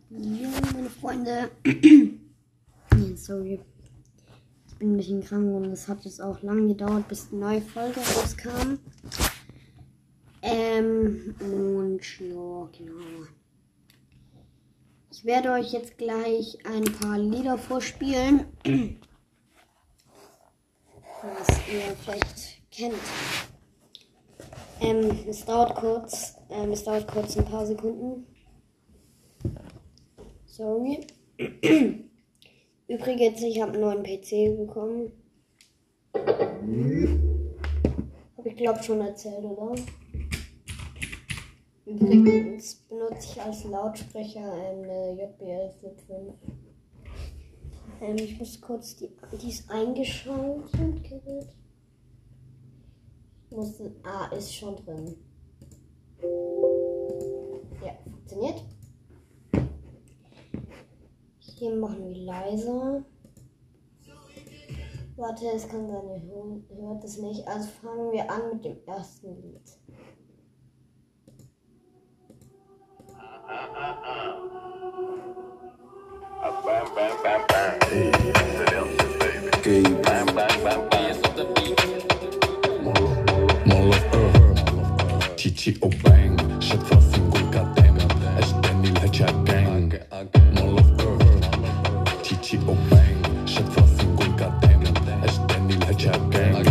Jo, meine Freunde. Sorry. Ich bin ein bisschen krank und es hat jetzt auch lange gedauert, bis die neue Folge rauskam. Und ja, genau. Ich werde euch jetzt gleich ein paar Lieder vorspielen, was ihr vielleicht kennt. Es dauert kurz ein paar Sekunden. Sorry. Übrigens, ich habe einen neuen PC bekommen. Habe ich glaube schon erzählt, oder? Übrigens benutze ich als Lautsprecher eine JBL Flip 5. Ich muss kurz die ist eingeschaltet. Gerät. Ist schon drin. Ja, funktioniert. Hier machen wir leiser. Warte, es kann sein, ihr hört es nicht. Also fangen wir an mit dem ersten Lied. Bam, bam, bam, bam. Hey, hey, bam, bam, bam, bam. Chichi o bang, شدفة سنقول قدام أجداني الهجا gang. Mall of Earth, Chichi o bang, شدفة سنقول قدام أجداني الهجا gang.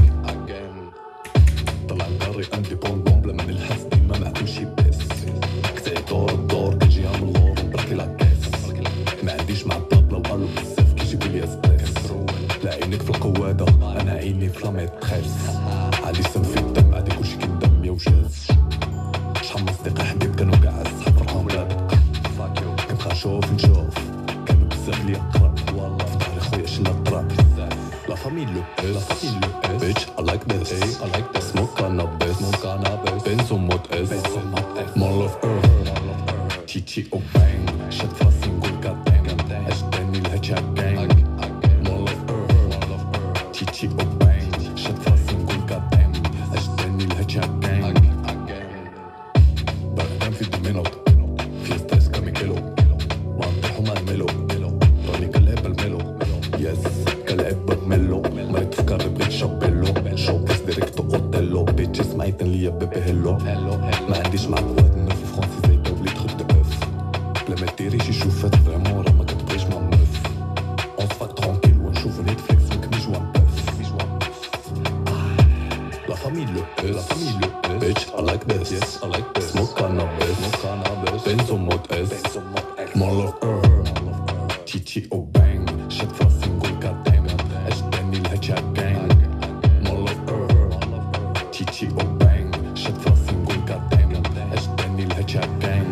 طلع داري عندي بون بون بلا ما نلحس ديما معكم شي بس. كتعي دور الدور كنجيها من اللور نبركي لاكاس. ما عنديش مع الطابلة وقالو بزاف كيجيبولي اسبريس. لا عينيك في القوادة أنا عيني في لاميتريس. عادي سم في الدم عادي كلشي كيندم يا وجاز. شحال من صديق حبيب كانوا كاع الصحاب فرحهم لا بقى. كنبقى نشوف كانوا بزاف لي قراب. والله في داري خويا شلا الطراب. La famille le S, bitch, I like this, smoke cannabis, Benz on mode S, Mall of Earth, Chichi o bang, شدفة سنقول قدام, أجداني الهجا gang, Mall of Earth, Chichi o bang, شدفة سنقول قدام, أجداني الهجا gang. بردان في دومينو, في ستريس كميكيلو, ما نطيحو ما نميلو, راني كنلعب الميلو, يس كنلعب بالميلو, ما يتفكر بغيت شابيلو, شو بس ديريكتو اوتيلو, بيتشي سمعيتن ليا بيبي هيلو, ما عنديش معاك واد النوف فرونسي زي دولي تخد دو اف, بلا ما ديري شي شوفات فريمون راه ما كتبغيش مع ميف, اون سفاك ترونكيل ونشوفو نيتفليكس ونكمي جوان بوف. La famille le S, bitch, I like this, smoke cannabis, Benz on mode S, Mall of Earth, Chichi o bang, شدفة سنقول قدام, أجداني الهجا gang, Mall of Earth, Chichi o bang, شدفة سنقول قدام, أجداني الهجا gang.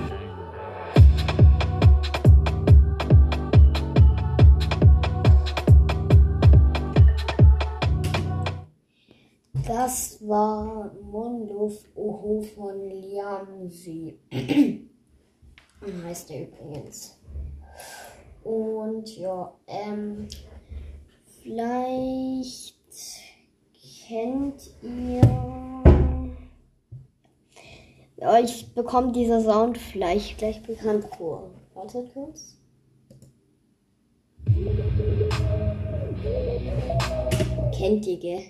Das war Mondluf Oho von Liamsi. Heißt der übrigens. Und ja, vielleicht kennt ihr. Euch bekommt dieser Sound vielleicht gleich bekannt vor. Wartet kurz. Kennt ihr, gell?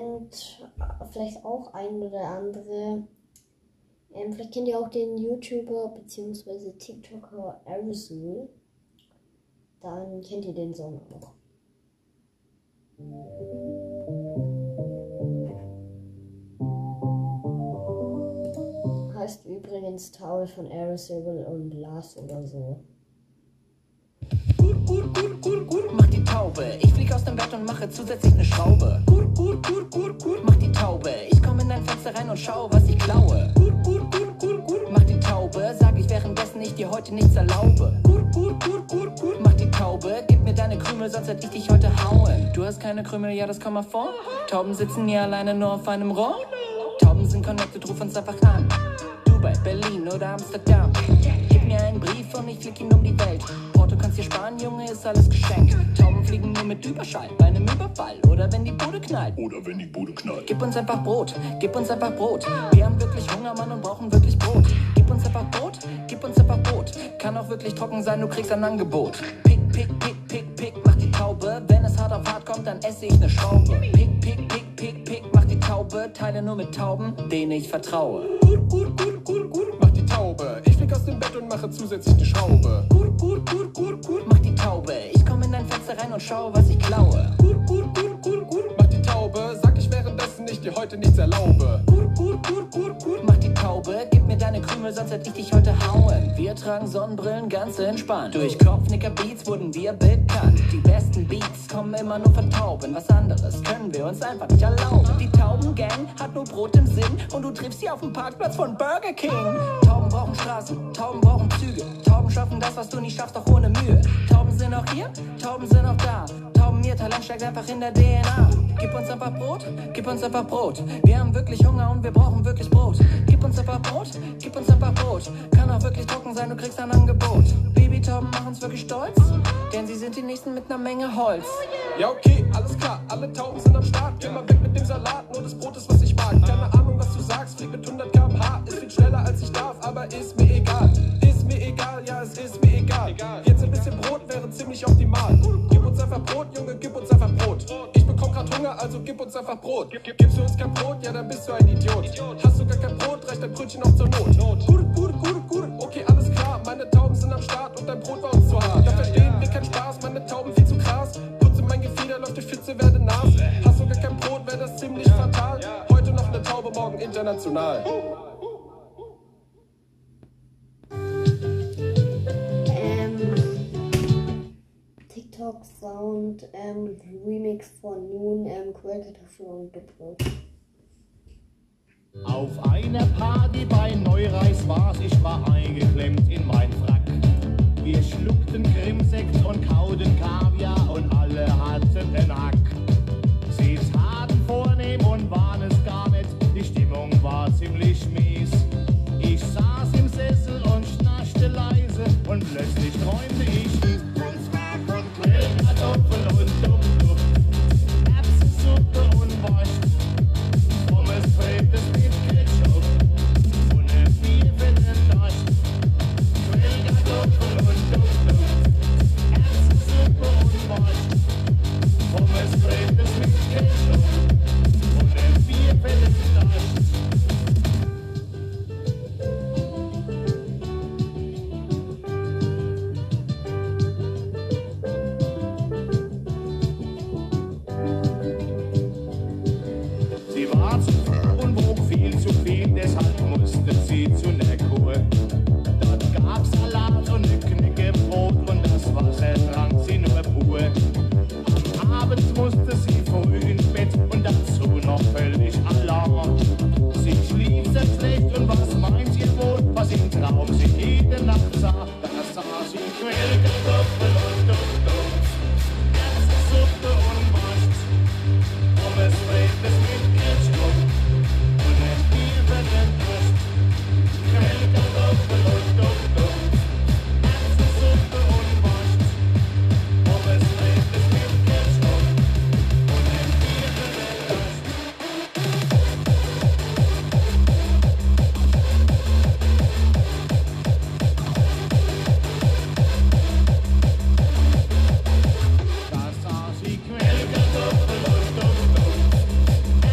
kennt vielleicht auch ein oder andere. Vielleicht kennt ihr auch den YouTuber bzw. TikToker Arizul. Dann kennt ihr den Song auch. Heißt übrigens Taul von Arizul und Lars oder so. Mach die Taube, ich flieg aus dem Bett und mache zusätzlich eine Schraube. Mach die Taube, ich komme in dein Fenster rein und schau, was ich klaue. Mach die Taube, sag ich währenddessen ich dir heute nichts erlaube. Mach die Taube, gib mir deine Krümel, sonst werd ich dich heute hauen. Du hast keine Krümel, ja das komm mal vor. Tauben sitzen hier alleine nur auf einem Rohr. Tauben sind connected, ruf uns einfach an. Dubai, Berlin oder Amsterdam. Gib mir einen Brief und ich flieg ihn um die Welt. Porto kannst dir sparen, Junge, ist alles geschenkt. Tauben fliegen nur mit Überschall, bei einem Überfall oder wenn die Bude knallt. Gib uns einfach Brot, gib uns einfach Brot. Wir haben wirklich Hunger, Mann, und brauchen wirklich Brot. Gib uns einfach Brot, gib uns einfach Brot. Kann auch wirklich trocken sein, du kriegst ein Angebot. Pick, pick, pick, pick, pick, mach die Taube. Wenn es hart auf hart kommt, dann esse ich ne Schraube. Pick, pick, pick, pick, pick, mach die Taube. Teile nur mit Tauben, denen ich vertraue. Mach die Taube, ich flieg aus dem Bett und mache zusätzlich die Schraube. Mach die Taube, ich komme in dein Fenster rein und schau, was ich klaue. Mach die Taube, sag ich währenddessen ich dir heute nichts erlaube. Mach die Taube, gib mir deine Krümel, sonst werd ich dich heute hauen. Wir tragen Sonnenbrillen ganz entspannt. Durch Kopfnicker-Beats wurden wir bekannt. Die besten Beats kommen immer nur von Tauben. Was anderes können wir uns einfach nicht erlauben. Die Taubengang hat nur Brot im Sinn und du triffst sie auf dem Parkplatz von Burger King. Tauben brauchen Straßen, Tauben brauchen Züge. Tauben schaffen das, was du nicht schaffst, auch ohne Mühe. Tauben sind auch hier, Tauben sind auch da. Tauben, ihr Talent steckt einfach in der DNA. Gib uns einfach Brot, gib uns einfach Brot. Wir haben wirklich Hunger und wir brauchen wirklich Brot. Gib uns einfach Brot, gib uns einfach Brot. Kann auch wirklich trocken sein, du kriegst ein Angebot. Babytauben machen uns wirklich stolz, denn sie sind die Nächsten mit einer Menge Holz. Ja okay, alles klar, alle Tauben sind am Start. Geh mal weg mit dem Salat, nur das Brot ist, was ich mag. Keine Ahnung, was du sagst, flieg mit 100 km/h. Ist viel schneller als ich darf, aber ist mir egal. Ist mir egal, ja es ist mir egal. Jetzt ein bisschen Brot wäre ziemlich optimal. Gib uns einfach Brot, Junge, gib uns einfach Brot. Ich bekomm grad Hunger, also gib uns einfach Brot. Gibst du uns kein Brot, ja dann bist du ein Idiot. Hast du gar kein Brot, reicht dein Brötchen auch zur Not. Gut, okay, alles klar. Meine Tauben sind am Start und dein Brot war uns zu hart. Da verstehen wir keinen Spaß, meine Tauben viel zu krass. Putze mein Gefieder, läuft die Pfütze, werde nass. Hast du gar kein Brot, wäre das ziemlich fatal. Heute noch eine Taube, morgen international. TikTok Sound Remix von Nun, Quellkartoffel und Dubrot. Auf einer Party bei Neureis war's, ich war eingeklemmt in mein Frack. Wir schluckten Krimsekt und kauten Kaviar und alle hatten den Hack. Sie taten vornehm und waren es gar nicht, die Stimmung war ziemlich mies. Ich saß im Sessel und schnarchte leise und plötzlich träumte ich von Zwerg und Grillkartoffel und Dupp-Dupp, Erbsensuppe und Wurst, Pommes frites mit Ketchup und eine Bierwellendost. Grillkartoffel und Dupp-Dupp, Erbsensuppe und Wurst, Pommes frites mit Ketchup und eine Bierwellendost. Sie war zu faul und wog viel zu viel, deshalb musste sie zu ner Kur. Dort gab's Salat und ne Knäckebrot und das Wasser trank sie nur pur. Am Abend musste sie früh ins Bett und dazu noch völlig Alarm. Sie schlief sehr schlecht und was meint ihr wohl, was im Traum sie jede Nacht sah? Da sah sie Quellkartoffel und Dupp-Dupp, Erbsensuppe und Wurst, Pommes frites mit Ketchup und ein Bierwellendost. Quellkartoffel und Dupp-Dupp, Erbsensuppe und Wurst, Pommes frites mit Ketchup und ein Bierwellendost. Da sah sie Quellkartoffel und Dupp-Dupp,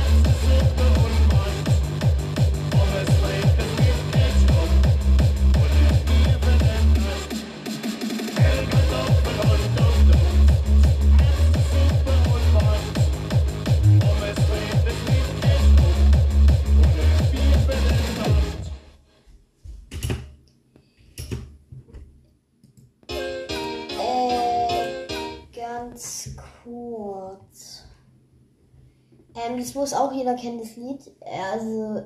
Das muss auch jeder kennen, das Lied. Also,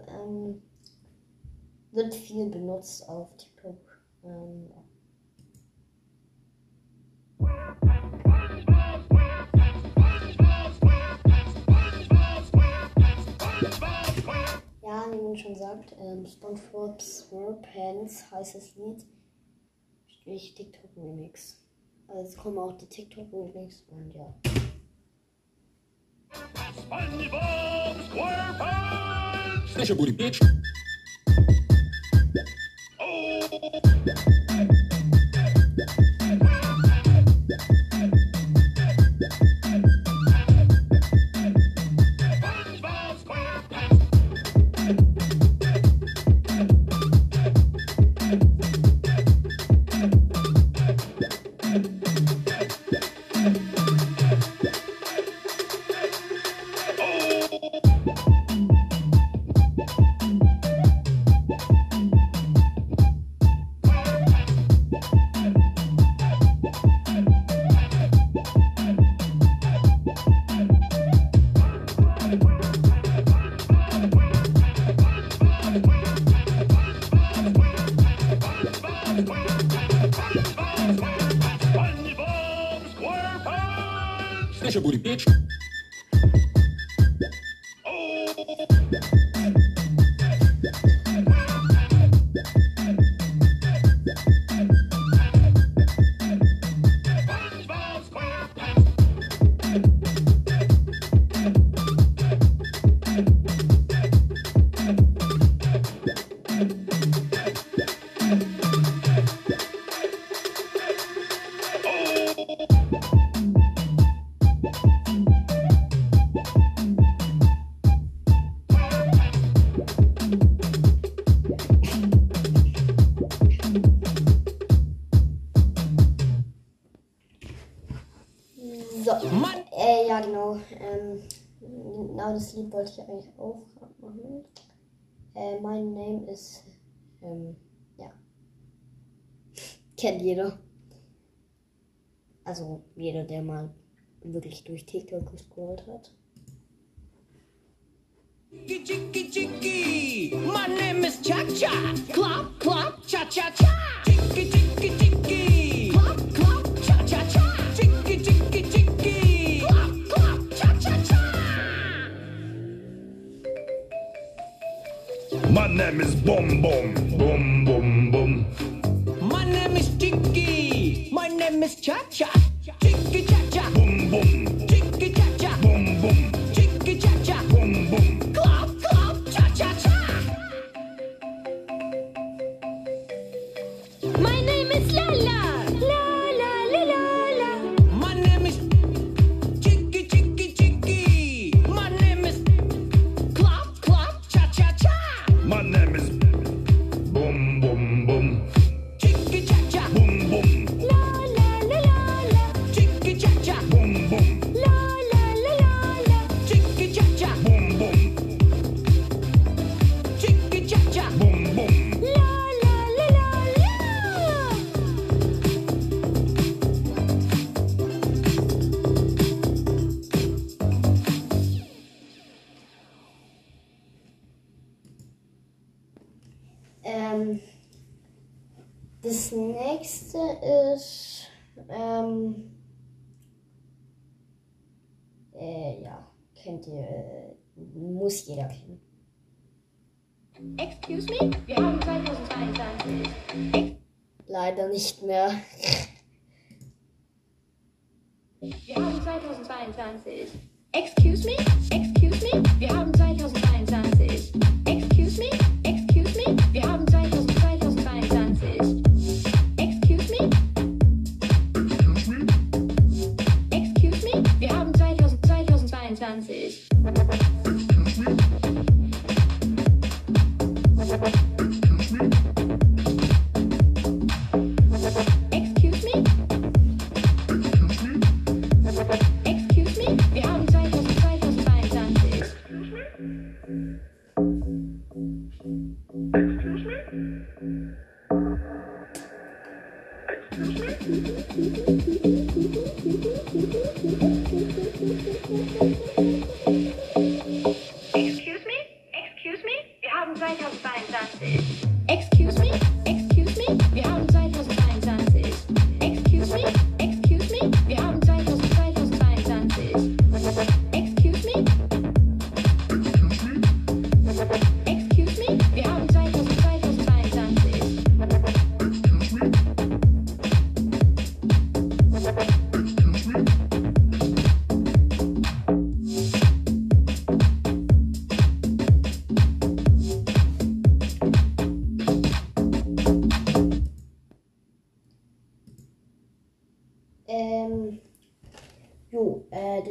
wird viel benutzt auf TikTok. Ja. Ja, wie man schon sagt, SpongeBob SquarePants heißt das Lied. Durch TikTok Remix. Also es kommen auch die TikTok Remix und ja. SpongeBob SquarePants! Smash your booty, bitch. Smash your booty, bitch. So, ja genau. Genau das Lied wollte ich eigentlich auch machen. My name is, ja, kennt jeder. Also jeder, der mal wirklich durch TikTok gescrollt hat. Chicky, chicky, my name is Cha-Cha. Clap, clap, cha-cha-cha. Chicky, chicky, chicky. Clap, clap, cha-cha-cha. Chicky, chicky, chicky. Clap, clap, cha-cha-cha. My name is Bum Bum, Bum Bum Bum. My name is Chicky. My name is Cha-Cha. Chicky, cha-cha. Bum Bum, Chicky, cha-cha. Bum Bum, Chicky, cha-cha. Bum Bum. Clap, clap, cha-cha-cha. My name is Lala. La la la la la. My name is Chicky, chicky, chicky. My name is Clap, clap, cha-cha-cha. My name is Bum Bum Bum, Chicky, cha-cha. Bum Bum, La la la la la. Chicky, cha-cha. Bum Bum, La la la la la. Chicky, cha-cha. Bum Bum, Chicky, cha-cha. Bum Bum. La la la la la. Das nächste ist, ja, kennt ihr, muss jeder kennen. Excuse me? Wir haben 2022. Leider nicht mehr. Wir haben 2022. Excuse me? Excuse me? Wir haben 2022. Excuse me? Excuse me? Wir haben 2022. Excuse me? Excuse me? Wir haben 2022. Excuse me? Excuse me? Wir haben 2022.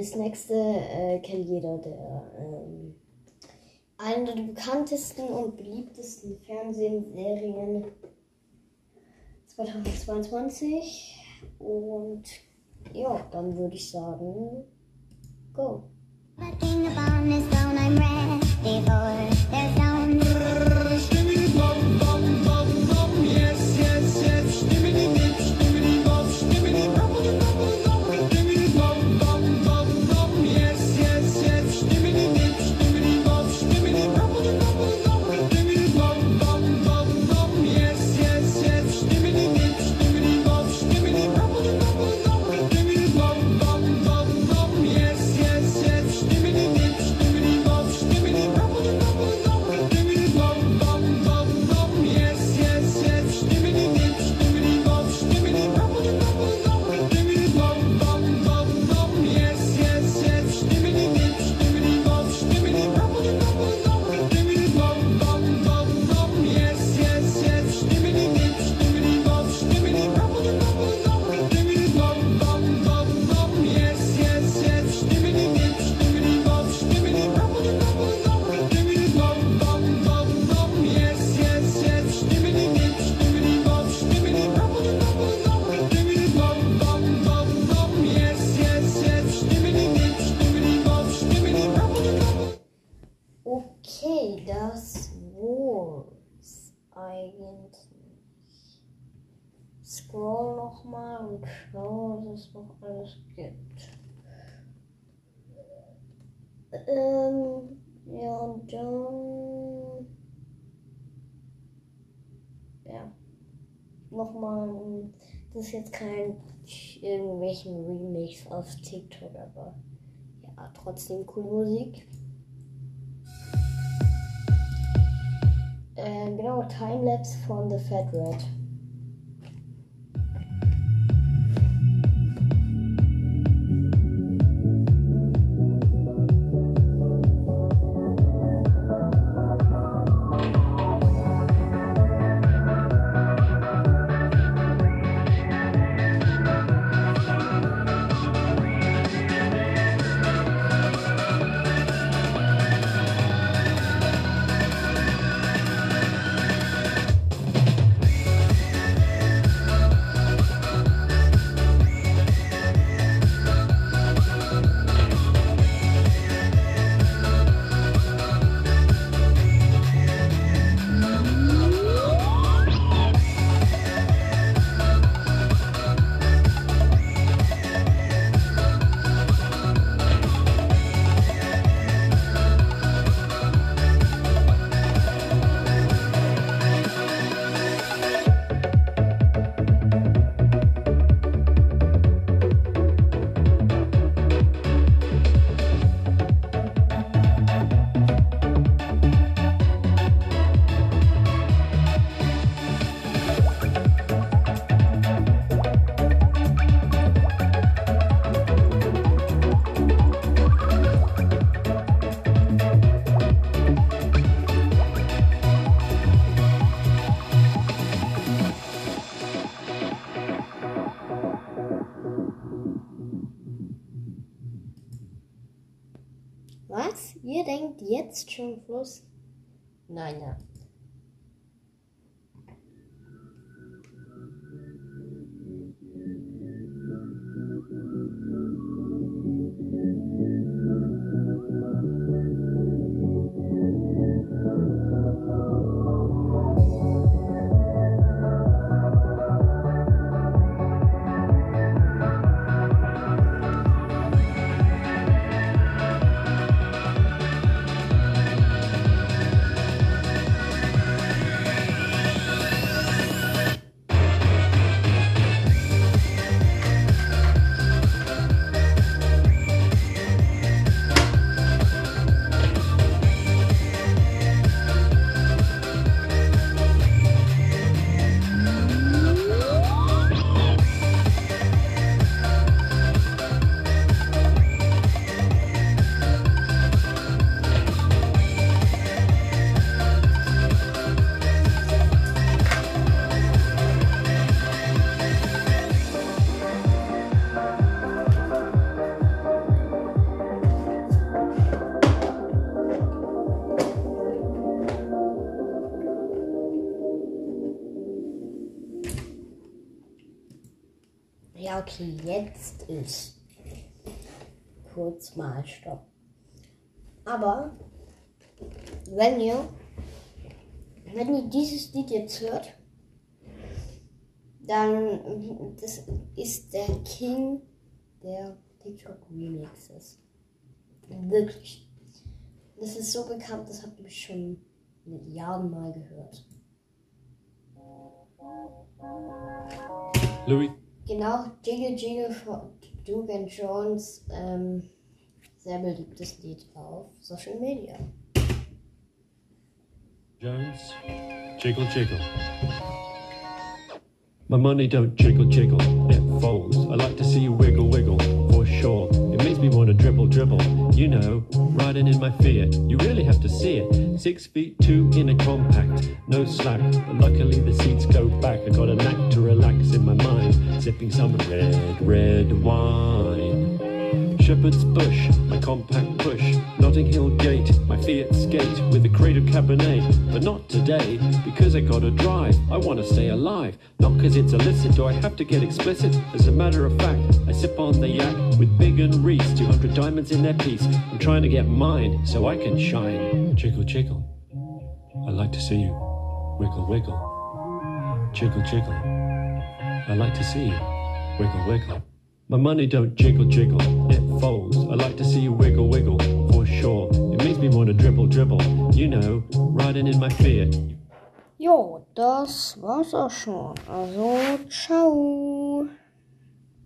das nächste kennt jeder, eine der bekanntesten und beliebtesten Fernsehserien 2022. Und ja, dann würde ich sagen, go. King upon his throne, I'm ready for their sound. Stimmidi bom bom bom bom, yes yes yes. Stimmidi dip, stimmidi bom, stimmidi bom bom. Stimmidi bom bom bom bom, yes yes yes. Stimmidi dip, stimmidi bom, stimmidi bom bom. Stimmidi bom bom bom bom, yes yes yes. Stimmidi dip, stimmidi bom, stimmidi bom bom. Stimmidi bom bom bom bom, yes yes yes. Stimmidi dip, stimmidi bom, stimmidi bom bom. Stimmidi bom bom bom bom, yes yes yes. Stimmidi dip, stimmidi bom, stimmidi bom bom. Stimmidi bom bom bom bom, yes yes yes. Stimmidi dip, stimmidi bom, stimmidi bom bom. Stimmidi bom bom bom bom, yes yes yes. Stimmidi dip, stimmidi bom, stimmidi bom bom. Stimmidi bom bom bom bom, yes yes yes. Stimmidi dip, stimmidi bom, stimmidi bom bom. Stimmidi bom bom bom bom, yes yes yes. Stimmidi dip, stimmidi bom, stimmidi bom bom. Stimmidi bom bom bom bom, yes yes yes. Stimmidi dip, stimmidi bom, stimmidi bom. Okay, das war's eigentlich. Scroll nochmal und schau, was es noch alles gibt. Ja, und dann. Ja. Nochmal, das ist jetzt kein irgendwelchen Remix auf TikTok, aber ja, trotzdem coole Musik. Genau, Timelapse von The Fat Rat. Was? Ihr denkt jetzt schon Schluss? Nein, ja. Tag jetzt ist. Kurz mal Stopp. Aber wenn ihr dieses Lied jetzt hört, dann das ist der King der TikTok Remixes. Wirklich. Das ist so bekannt, das habt ihr schon mit Jahren mal gehört. Louis. Genau, Jiggle Jiggle von Duke and Jones, sehr beliebtes Lied auf Social Media. Jones, jiggle jiggle. My money don't jiggle jiggle, it folds. I like to see you wiggle wiggle, for sure. It makes me want to dribble dribble, you know, riding in my Fiat. You really have to see it. 6'2" in a compact, no slack. But luckily the seats go back. I got a knack to relax in my mind, sipping some red wine. Shepherd's Bush, my compact push. Notting Hill Gate, my Fiat skate with a crate of Cabernet. But not today, because I gotta drive. I wanna stay alive, not cause it's illicit. Do I have to get explicit? As a matter of fact, I sip on the yak with Big and Reese, 200 diamonds in their piece. I'm trying to get mine so I can shine. Jiggle, jiggle. I like to see you. Wiggle, wiggle. Jiggle, jiggle. I like to see you. Wiggle, wiggle. My money don't jiggle jiggle, it folds. I like to see you wiggle wiggle, for sure. It makes me want to dribble dribble, you know, riding in my Fiat. Jo, das war's auch schon. Also, ciao.